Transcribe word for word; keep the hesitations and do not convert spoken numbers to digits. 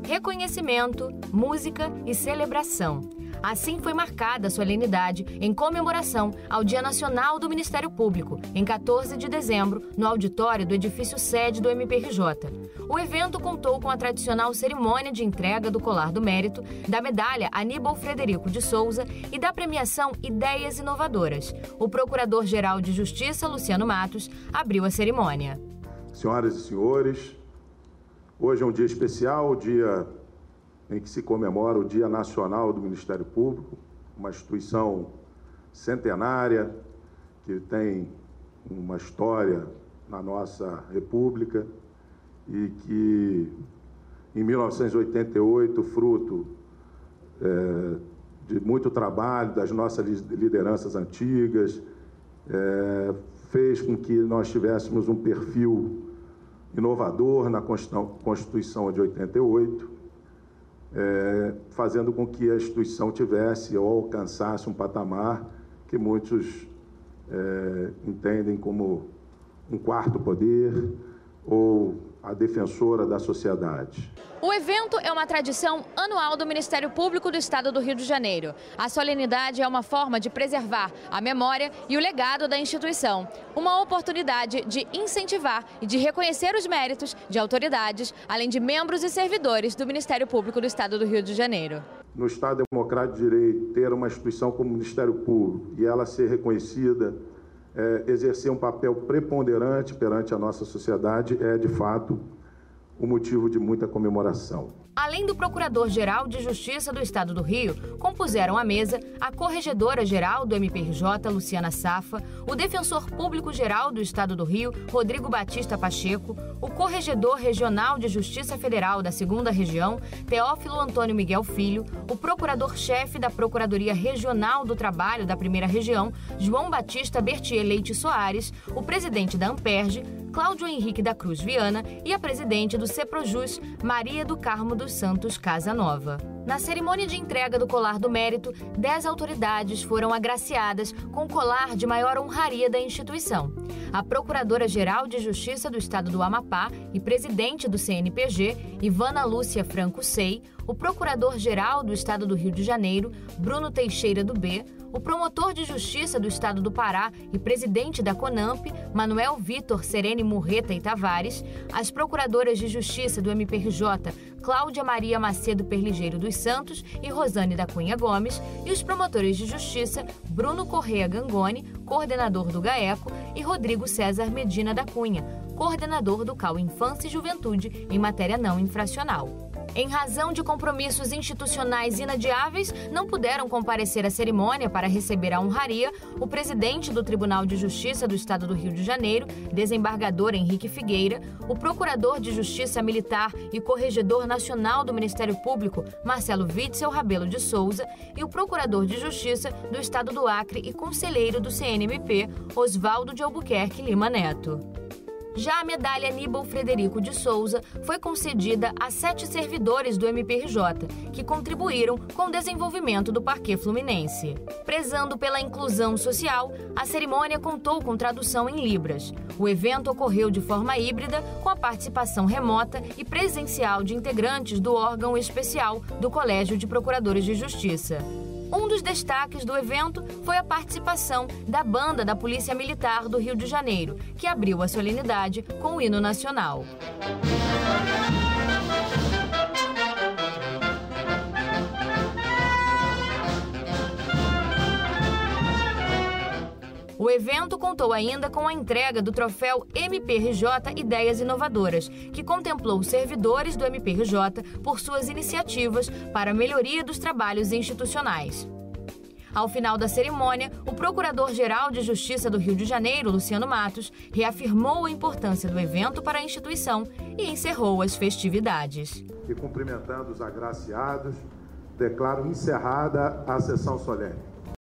reconhecimento, música e celebração. Assim foi marcada a solenidade em comemoração ao Dia Nacional do Ministério Público, em quatorze de dezembro, no auditório do edifício sede do M P R J. O evento contou com a tradicional cerimônia de entrega do Colar do Mérito, da medalha Aníbal Frederico de Souza e da premiação Ideias Inovadoras. O Procurador-Geral de Justiça, Luciano Matos, abriu a cerimônia. Senhoras e senhores, hoje é um dia especial, o dia em que se comemora o Dia Nacional do Ministério Público, uma instituição centenária que tem uma história na nossa República e que, em mil novecentos e oitenta e oito, fruto é, de muito trabalho das nossas lideranças antigas, é, fez com que nós tivéssemos um perfil inovador na Constituição de oitenta e oito, É, fazendo com que a instituição tivesse ou alcançasse um patamar que muitos é, entendem como um quarto poder ou a defensora da sociedade. O evento é uma tradição anual do Ministério Público do Estado do Rio de Janeiro. A solenidade é uma forma de preservar a memória e o legado da instituição. Uma oportunidade de incentivar e de reconhecer os méritos de autoridades, além de membros e servidores do Ministério Público do Estado do Rio de Janeiro. No Estado Democrático de Direito, ter uma instituição como o Ministério Público e ela ser reconhecida, é, exercer um papel preponderante perante a nossa sociedade é, de fato, o motivo de muita comemoração. Além do Procurador-Geral de Justiça do Estado do Rio, compuseram a mesa a Corregedora-Geral do M P R J, Luciana Safa, o Defensor Público-Geral do Estado do Rio, Rodrigo Batista Pacheco, o Corregedor Regional de Justiça Federal da segunda Região, Teófilo Antônio Miguel Filho, o Procurador-Chefe da Procuradoria Regional do Trabalho da primeira Região, João Batista Bertier Leite Soares, o presidente da Amperge, Cláudio Henrique da Cruz Viana e a presidente do Ceprojus, Maria do Carmo dos Santos Casanova. Na cerimônia de entrega do Colar do Mérito, dez autoridades foram agraciadas com o colar de maior honraria da instituição. A Procuradora-Geral de Justiça do Estado do Amapá e presidente do C N P G, Ivana Lúcia Franco Sei, o Procurador-Geral do Estado do Rio de Janeiro, Bruno Teixeira do B, o Promotor de Justiça do Estado do Pará e presidente da CONAMP, Manuel Vitor Serene Murreta e Tavares, as Procuradoras de Justiça do M P R J, Cláudia Maria Macedo Perligeiro dos Santos e Rosane da Cunha Gomes, e os Promotores de Justiça, Bruno Correa Gangoni, coordenador do GAECO, e Rodrigo César Medina da Cunha, coordenador do C A U Infância e Juventude em matéria não infracional. Em razão de compromissos institucionais inadiáveis, não puderam comparecer à cerimônia para receber a honraria o presidente do Tribunal de Justiça do Estado do Rio de Janeiro, desembargador Henrique Figueira, o procurador de Justiça Militar e corregedor nacional do Ministério Público, Marcelo Witzel Rabelo de Souza, e o procurador de Justiça do Estado do Acre e conselheiro do C N M P, Oswaldo de Albuquerque Lima Neto. Já a medalha Aníbal Frederico de Souza foi concedida a sete servidores do M P R J, que contribuíram com o desenvolvimento do Parquê Fluminense. Prezando pela inclusão social, a cerimônia contou com tradução em Libras. O evento ocorreu de forma híbrida, com a participação remota e presencial de integrantes do órgão especial do Colégio de Procuradores de Justiça. Um dos destaques do evento foi a participação da Banda da Polícia Militar do Rio de Janeiro, que abriu a solenidade com o hino nacional. O evento contou ainda com a entrega do troféu M P R J Ideias Inovadoras, que contemplou os servidores do M P R J por suas iniciativas para a melhoria dos trabalhos institucionais. Ao final da cerimônia, o Procurador-Geral de Justiça do Rio de Janeiro, Luciano Matos, reafirmou a importância do evento para a instituição e encerrou as festividades. E cumprimentando os agraciados, declaro encerrada a sessão solene.